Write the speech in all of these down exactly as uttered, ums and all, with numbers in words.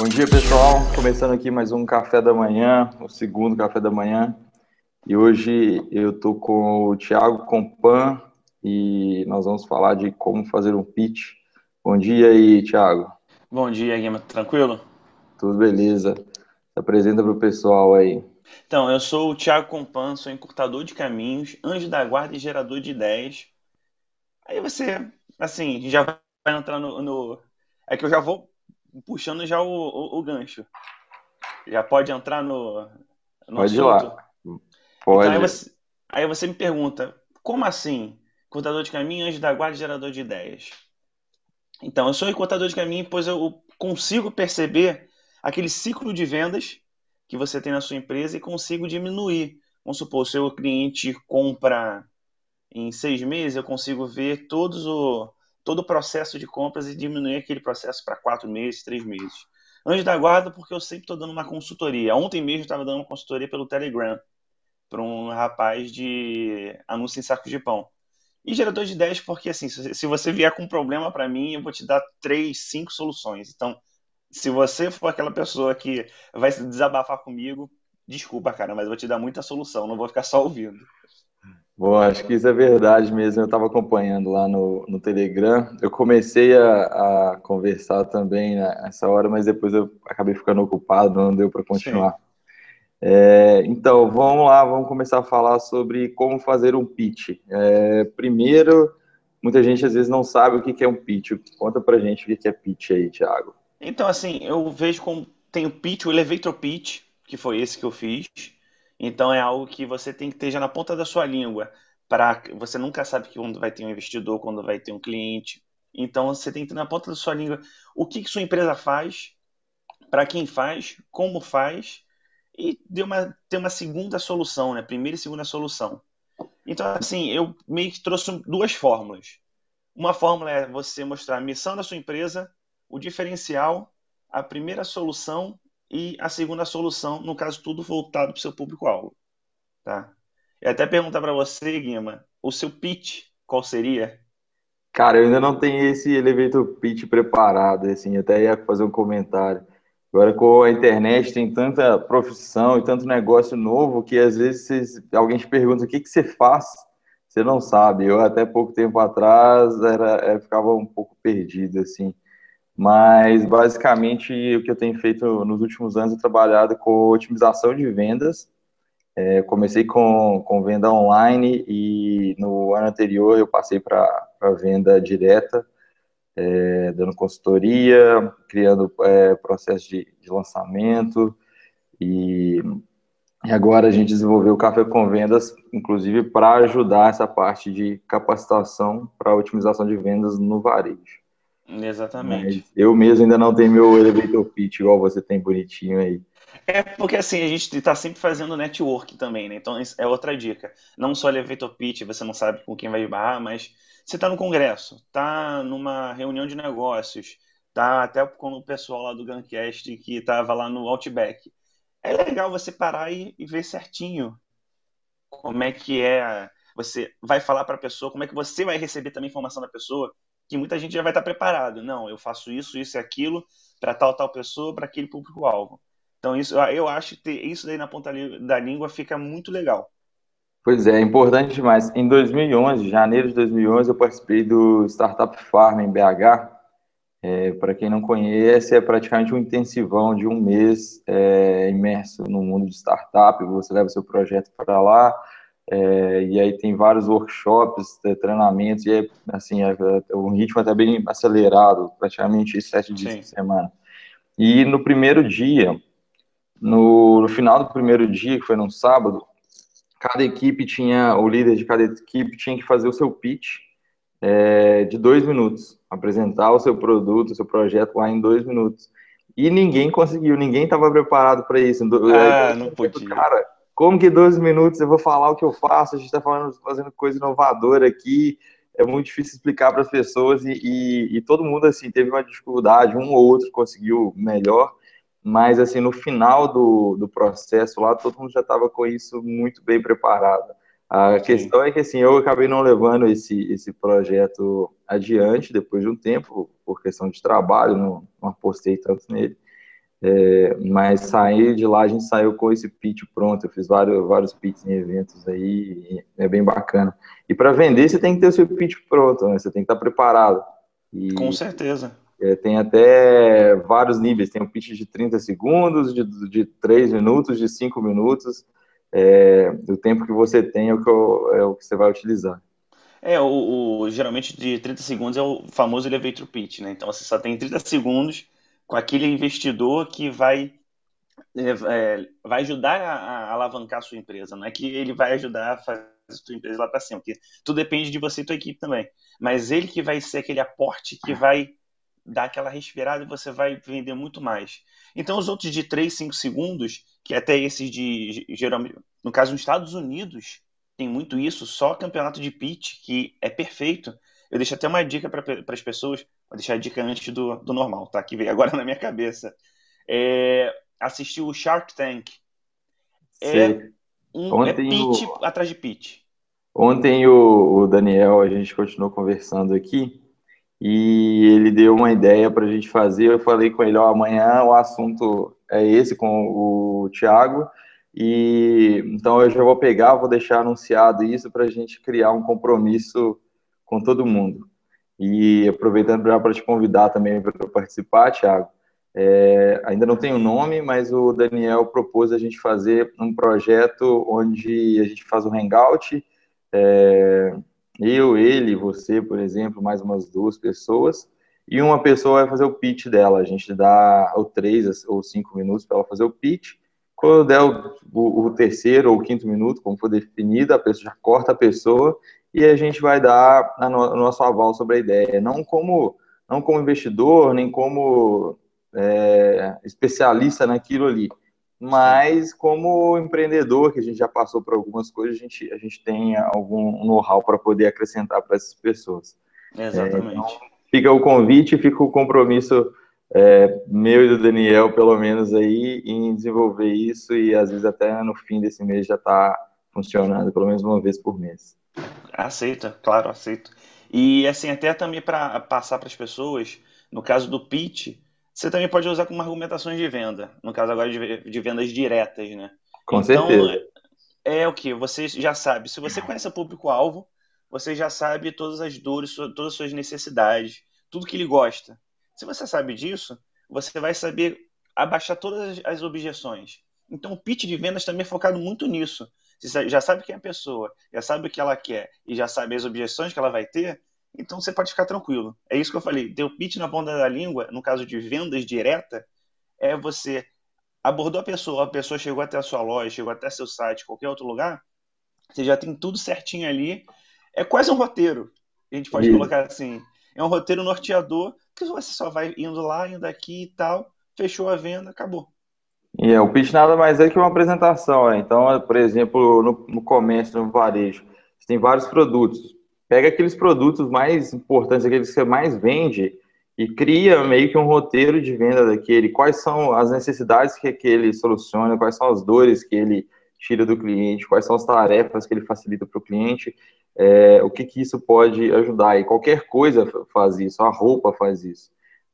Bom dia, pessoal. Começando aqui mais um café da manhã, o segundo café da manhã. E hoje eu estou com o Thiago Compan e nós vamos falar de como fazer um pitch. Bom dia aí, Thiago. Bom dia, Guima. Tranquilo? Tudo beleza? Se apresenta para o pessoal aí. Então, eu sou o Thiago Compan, sou encurtador de caminhos, anjo da guarda e gerador de ideias. Aí você, assim, já vai entrar no, no- É que eu já vou puxando já o, o- o gancho. Já pode entrar no, no Pode ir lá. assunto? Então, aí Pode. você, aí você me pergunta, como assim? Encurtador de caminho, anjo da guarda e gerador de ideias. Então, eu sou encurtador de caminho, pois eu consigo perceber aquele ciclo de vendas que você tem na sua empresa e consigo diminuir. Vamos supor, o seu cliente compra em seis meses, eu consigo ver todos o, todo o processo de compras e diminuir aquele processo para quatro meses, três meses. Antes da guarda, porque eu sempre estou dando uma consultoria. Ontem mesmo eu estava dando uma consultoria pelo Telegram para um rapaz de anúncio em saco de pão. E gerador de ideias, porque assim, se você vier com um problema para mim, eu vou te dar três, cinco soluções. Então, se você for aquela pessoa que vai se desabafar comigo, desculpa, cara, mas eu vou te dar muita solução, não vou ficar só ouvindo. Bom, acho que isso é verdade mesmo. Eu estava acompanhando lá no, no Telegram. Eu comecei a, a conversar também nessa hora, mas depois eu acabei ficando ocupado, não deu para Sim. continuar. É, então, vamos lá, vamos começar a falar sobre como fazer um pitch. É, primeiro, muita gente às vezes não sabe o que que é um pitch. Conta pra gente o que que é pitch aí, Thiago. Então, assim, eu vejo como tem o pitch, o elevator pitch, que foi esse que eu fiz. Então, é algo que você tem que ter já na ponta da sua língua, para você nunca sabe quando vai ter um investidor, quando vai ter um cliente. Então, você tem que ter na ponta da sua língua o que que sua empresa faz, para quem faz, como faz, e ter uma, ter uma segunda solução, né? Primeira e segunda solução. Então, assim, eu meio que trouxe duas fórmulas. Uma fórmula é você mostrar a missão da sua empresa, o diferencial, a primeira solução e a segunda solução, no caso, tudo voltado para o seu público-alvo. Tá? E até perguntar para você, Guima, o seu pitch, qual seria? Cara, eu ainda não tenho esse elevator pitch preparado, assim, até ia fazer um comentário. Agora, com a internet, tem tanta profissão e tanto negócio novo que às vezes vocês- alguém te pergunta o que que você faz, você não sabe. Eu, até pouco tempo atrás, era, era- ficava um pouco perdido, assim. Mas, basicamente, o que eu tenho feito nos últimos anos é trabalhado com otimização de vendas. Eu comecei com, com venda online e no ano anterior eu passei para venda direta, é, dando consultoria, criando é, processo de, de lançamento e, e agora a gente desenvolveu o Café com Vendas, inclusive para ajudar essa parte de capacitação para otimização de vendas no varejo. Exatamente. Mas eu mesmo ainda não tenho meu elevator pitch igual você tem bonitinho aí. É porque assim, a gente está sempre fazendo network também, né? Então isso é outra dica. Não só elevator pitch, você não sabe com quem vai esbarrar, mas você está no congresso, está numa reunião de negócios, tá até com o pessoal lá do Guncast que estava lá no Outback. É legal você parar e, e ver certinho como é que é. Você vai falar para a pessoa, como é que você vai receber também informação da pessoa, que muita gente já vai estar preparado. Não, eu faço isso, isso e aquilo para tal, tal pessoa, para aquele público-alvo. Então, isso, eu acho que ter isso daí na ponta da língua fica muito legal. Pois é, é importante demais. Em dois mil e onze, janeiro de dois mil e onze, eu participei do Startup Farm em B H. É, para quem não conhece, é praticamente um intensivão de um mês é, imerso no mundo de startup. Você leva seu projeto para lá, é, e aí tem vários workshops, é, treinamentos, e é, assim, é, é um ritmo até bem acelerado, praticamente sete dias por Sim, semana. E no primeiro dia, no, no final do primeiro dia, que foi num sábado, cada equipe tinha, o líder de cada equipe tinha que fazer o seu pitch é, de dois minutos, apresentar o seu produto, o seu projeto lá em dois minutos. E ninguém conseguiu, ninguém estava preparado para isso. Aí ah, não eu penso, podia. cara, como que doze minutos eu vou falar o que eu faço? A gente está fazendo coisa inovadora aqui, é muito difícil explicar para as pessoas e, e, e todo mundo assim teve uma dificuldade, um ou outro conseguiu melhor, mas assim no final do, do processo lá todo mundo já estava com isso muito bem preparado. A Sim, questão é que assim, eu acabei não levando esse, esse projeto adiante depois de um tempo, por questão de trabalho, não, não apostei tanto nele. Mas sair de lá, a gente saiu com esse pitch pronto. Eu fiz vários, vários pitches em eventos aí, é bem bacana. E para vender, você tem que ter o seu pitch pronto, né? Você tem que estar preparado. Com E certeza. é, tem até vários níveis. Tem um pitch de trinta segundos, de, de três minutos, de cinco minutos. É, o tempo que você tem é o que, eu, é o que você vai utilizar. É, o, o- geralmente de trinta segundos é o famoso elevator pitch, né? Então você só tem trinta segundos com aquele investidor que vai, é, é, vai ajudar a, a alavancar a sua empresa. Não é que ele vai ajudar a fazer a sua empresa lá para cima, porque tudo depende de você e tua equipe também. Mas ele que vai ser aquele aporte que vai dar aquela respirada e você vai vender muito mais. Então os outros de três, cinco segundos, que até esses de, geralmente, no caso nos Estados Unidos, tem muito isso, só campeonato de pitch, que é perfeito. Eu deixo até uma dica para as pessoas, vou deixar a dica antes do, do normal, tá? Que veio agora na minha cabeça. É, assistir o Shark Tank. É Você, um é ontem, pitch o, atrás de pitch. ontem o, o Daniel, a gente continuou conversando aqui. E ele deu uma ideia para a gente fazer. Eu falei com ele: ó, amanhã o assunto é esse com o Thiago, e então eu já vou pegar, vou deixar anunciado isso para a gente criar um compromisso com todo mundo. E aproveitando já para te convidar também para participar, Thiago, é, ainda não tem o nome, mas o Daniel propôs a gente fazer um projeto onde a gente faz um hangout. É, eu, ele, você, por exemplo, mais umas duas pessoas, e uma pessoa vai fazer o pitch dela. A gente dá ou três ou cinco minutos para ela fazer o pitch. Quando der o, o, o terceiro ou o quinto minuto, como for definido, a pessoa já corta a pessoa e a gente vai dar a no, o nosso aval sobre a ideia. Não como, não como investidor, nem como é, especialista naquilo ali, Sim, mas como empreendedor, que a gente já passou por algumas coisas, a gente, a gente tem algum know-how para poder acrescentar para essas pessoas. exatamente. Fica o convite, fica o compromisso é, meu e do Daniel, pelo menos aí, em desenvolver isso e às vezes até no fim desse mês já está funcionando, pelo menos uma vez por mês. Aceita, claro, aceito. E assim, até também para passar para as pessoas, no caso do pitch, você também pode usar como argumentações de venda, no caso agora de, de vendas diretas, né? Com Então, certeza. é o que? Você já sabe, se você conhece o público-alvo, você já sabe todas as dores, so- todas as suas necessidades, tudo que ele gosta. Se você sabe disso, você vai saber abaixar todas as as objeções. Então, o pitch de vendas também é focado muito nisso. Você já sabe quem é a pessoa, já sabe o que ela quer e já sabe as objeções que ela vai ter, então você pode ficar tranquilo. É isso que eu falei. Ter o pitch na ponta da língua, no caso de vendas direta, é você abordou a pessoa, a pessoa chegou até a sua loja, chegou até seu site, qualquer outro lugar, você já tem tudo certinho ali. É quase um roteiro, a gente pode Isso. colocar assim. É um roteiro norteador que você só vai indo lá, indo aqui e tal, fechou a venda, acabou. E é, o pitch nada mais é que uma apresentação, né? Então, por exemplo, no, no comércio, no varejo, você tem vários produtos. Pega aqueles produtos mais importantes, aqueles que você mais vende, e cria meio que um roteiro de venda daquele. Quais são as necessidades que aquele soluciona, quais são as dores que ele tira do cliente, quais são as tarefas que ele facilita para o cliente, é, o que que isso pode ajudar. E qualquer coisa faz isso, a roupa faz isso.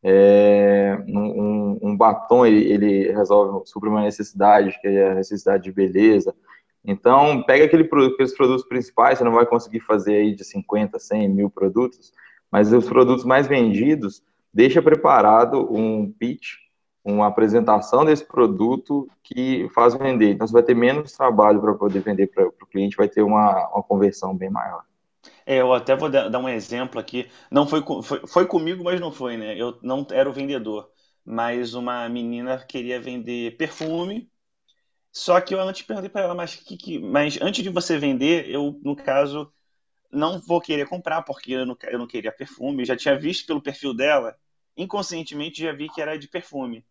É, um, um, um batom ele, ele resolve sobre uma necessidade, que é a necessidade de beleza. Então, pega aquele, aqueles produtos principais, você não vai conseguir fazer aí de cinquenta, cem mil produtos, mas os produtos mais vendidos, deixa preparado um pitch, uma apresentação desse produto que faz vender. Então, você vai ter menos trabalho para poder vender para o cliente, vai ter uma, uma conversão bem maior. É, eu até vou dar dar um exemplo aqui. Não foi, co- foi, foi comigo, mas não foi, né? Eu não era o vendedor. Mas uma menina queria vender perfume. Só que eu antes perguntei para ela, mas, que, que, mas antes de você vender, eu, no caso, não vou querer comprar, porque eu não, eu não queria perfume. Eu já tinha visto pelo perfil dela, inconscientemente já vi que era de perfume.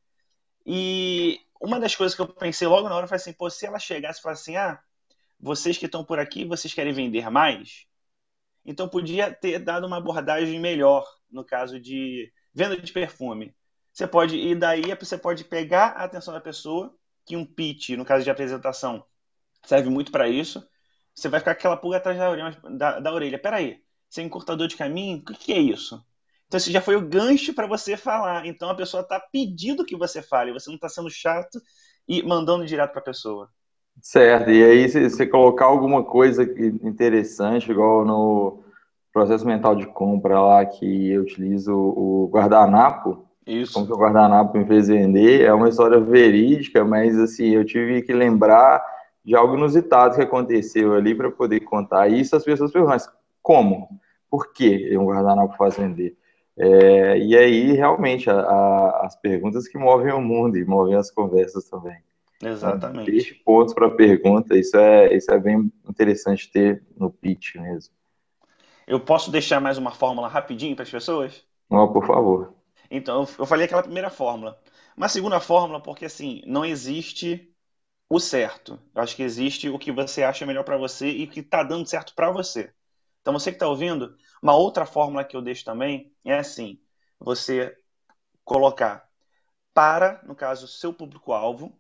E uma das coisas que eu pensei logo na hora foi assim, pô, se ela chegasse e falasse assim, ah, vocês que estão por aqui, vocês querem vender mais? Então podia ter dado uma abordagem melhor no caso de venda de perfume. Você pode ir daí, você pode pegar a atenção da pessoa, que um pitch, no caso de apresentação, serve muito para isso. Você vai ficar com aquela pulga atrás da orelha, da, da orelha. Peraí, você é encurtador de caminho? O que, que é isso? Então, esse já foi o gancho para você falar. Então, a pessoa está pedindo que você fale, você não está sendo chato e mandando direto para a pessoa. Certo, e aí se você colocar alguma coisa interessante, igual no processo mental de compra lá que eu utilizo o guardanapo, como Isso. que o guardanapo me fez vender, é uma história verídica, mas assim, eu tive que lembrar de algo inusitado que aconteceu ali para poder contar isso. As pessoas perguntam, mas como? Por que um guardanapo faz vender? É, e aí, realmente, a- a- as perguntas que movem o mundo e movem as conversas também. Então, deixe Exatamente. pontos para pergunta, isso é, isso é bem interessante ter no pitch mesmo. Eu posso deixar mais uma fórmula rapidinho para as pessoas? Não, por favor. Então, eu eu falei aquela primeira fórmula. Uma segunda fórmula, porque assim, não existe o certo. Eu acho que existe o que você acha melhor para você e o que está dando certo para você. Então, você que está ouvindo, uma outra fórmula que eu deixo também é assim: você colocar para, no caso, seu público-alvo,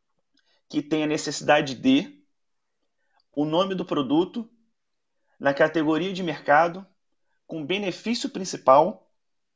que tenha necessidade de o nome do produto na categoria de mercado com benefício principal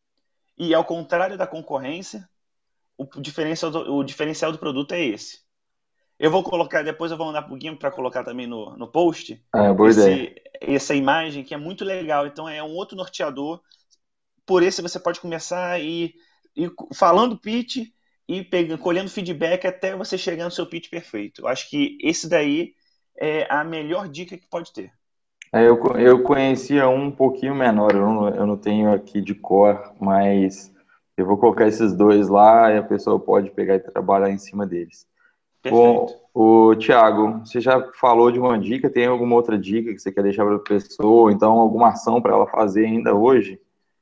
e, ao contrário da concorrência, o diferencial do, o diferencial do produto é esse. Eu vou colocar, depois eu vou mandar pro Guilherme para colocar também no, no post, É, boa ideia. esse, essa imagem que é muito legal. Então é um outro norteador. Por esse você pode começar e ir falando pitch e pegando, colhendo feedback até você chegar no seu pitch perfeito. Eu acho que esse daí é a melhor dica que pode ter. É, eu, co- eu conhecia um pouquinho menor, eu não, eu não tenho aqui de cor, mas eu vou colocar esses dois lá e a pessoa pode pegar e trabalhar em cima deles. Perfeito. Bom, o Thiago, você já falou de uma dica, tem alguma outra dica que você quer deixar para a pessoa, ou então alguma ação para ela fazer ainda hoje?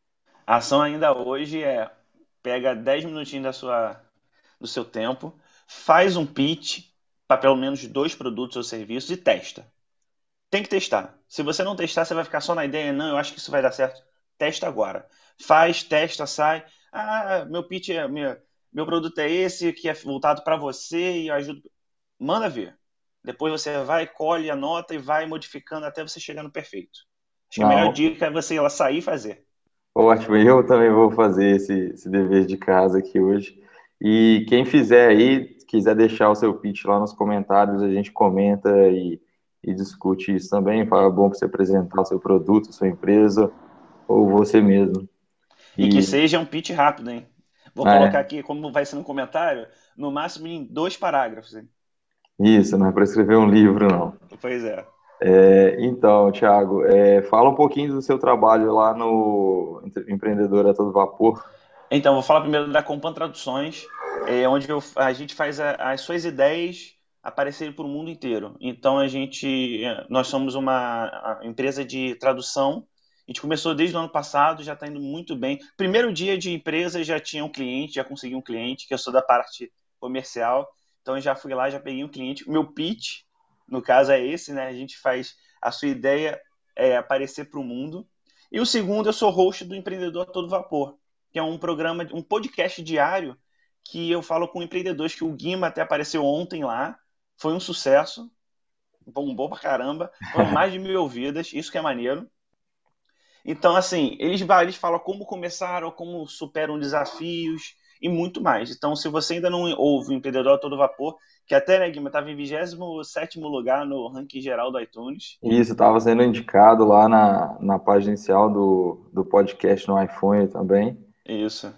A ação ainda hoje é pega dez minutinhos da sua, do seu tempo, faz um pitch para pelo menos dois produtos ou serviços e testa. Tem que testar. Se você não testar, você vai ficar só na ideia, não, eu acho que isso vai dar certo. Testa agora. Faz, testa, sai. Ah, meu pitch é meu, meu produto é esse que é voltado para você e eu ajudo. Manda ver. Depois você vai, colhe, anota e vai modificando até você chegar no perfeito. Acho que a melhor Não, dica é você ir lá sair e fazer. ótimo, eu também vou fazer esse, esse dever de casa aqui hoje. E quem fizer aí, quiser deixar o seu pitch lá nos comentários, a gente comenta e, e discute isso também. Fala, é bom para você apresentar o seu produto, sua empresa ou você mesmo. E que E seja um pitch rápido, hein? Vou colocar é, aqui, como vai ser no comentário, no máximo em dois parágrafos, hein? isso, não é para escrever um livro, não. Pois é. É, então, Thiago, é, fala um pouquinho do seu trabalho lá no Empre- Empreendedor a Todo Vapor. Então, vou falar primeiro da Compan Traduções, é, onde eu- a gente faz a- as suas ideias aparecerem para o mundo inteiro. Então, a gente, é, nós somos uma a- empresa de tradução. A gente começou desde o ano passado, já está indo muito bem. Primeiro dia de empresa já tinha um cliente, já consegui um cliente, que eu sou da parte comercial. Então, eu já fui lá, já peguei um cliente. O meu pitch, no caso, é esse, né? A gente faz a sua ideia é, aparecer para o mundo. E o segundo, eu sou host do Empreendedor a Todo Vapor, que é um programa, um podcast diário que eu falo com empreendedores, que o Guima até apareceu ontem lá, foi um sucesso, bombou pra caramba, foram mais de mil ouvidas, isso que é maneiro. Então, assim, eles, eles falam como começaram, como superam desafios e muito mais. Então, se você ainda não ouve o Empreendedor a Todo Vapor, que até, né, Guima, estava em vigésimo sétimo lugar no ranking geral do iTunes. Isso, estava sendo indicado lá na, na página inicial do, do podcast no iPhone também. Isso.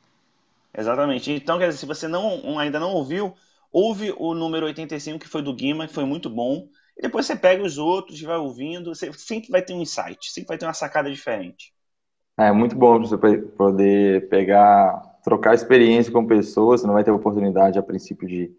Exatamente. Então, quer dizer, se você não, ainda não ouviu, ouve o número oitenta e cinco, que foi do Guima, que foi muito bom. E depois você pega os outros e vai ouvindo. Você sempre vai ter um insight, sempre vai ter uma sacada diferente. É muito bom você pe- poder pegar, trocar experiência com pessoas. Você não vai ter oportunidade a princípio de,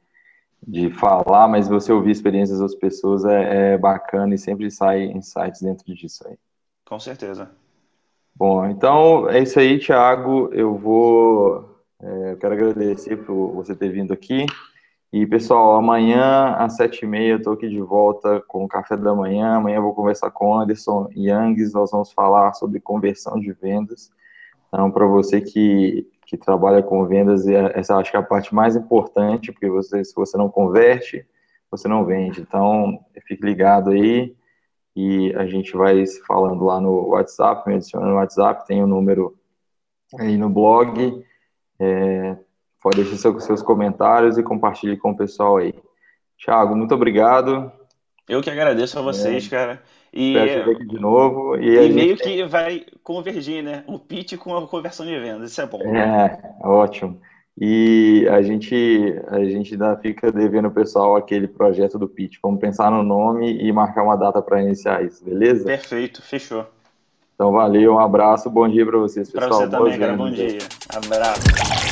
de falar, mas você ouvir experiências das outras pessoas é, é bacana e sempre sai insights dentro disso aí. Com certeza. Bom, então é isso aí, Thiago. Eu vou, é, eu quero agradecer por você ter vindo aqui. E, pessoal, amanhã às sete e meia eu estou aqui de volta com o café da manhã. Amanhã eu vou conversar com o Anderson Youngs. Nós vamos falar sobre conversão de vendas. Então, para você que, que trabalha com vendas, essa acho que é a parte mais importante, porque você, se você não converte, você não vende. Então, fique ligado aí e a gente vai se falando lá no WhatsApp, me adiciona no WhatsApp, tem o número aí no blog. É, pode deixar seus, seus comentários e compartilhe com o pessoal aí. Thiago, muito obrigado. Eu que agradeço a É, vocês, cara. E, espero te ver aqui de novo. E a e gente meio tem. que vai convergir, né? O pitch com a conversão de vendas. Isso é bom. É, ótimo. E a gente, a gente ainda fica devendo o pessoal aquele projeto do pitch. Vamos pensar no nome e marcar uma data para iniciar isso, beleza? Perfeito, fechou. Então, valeu, um abraço, bom dia para vocês, Pra pessoal. você Boas também, cara. Bom vendas dia. aí. Abraço.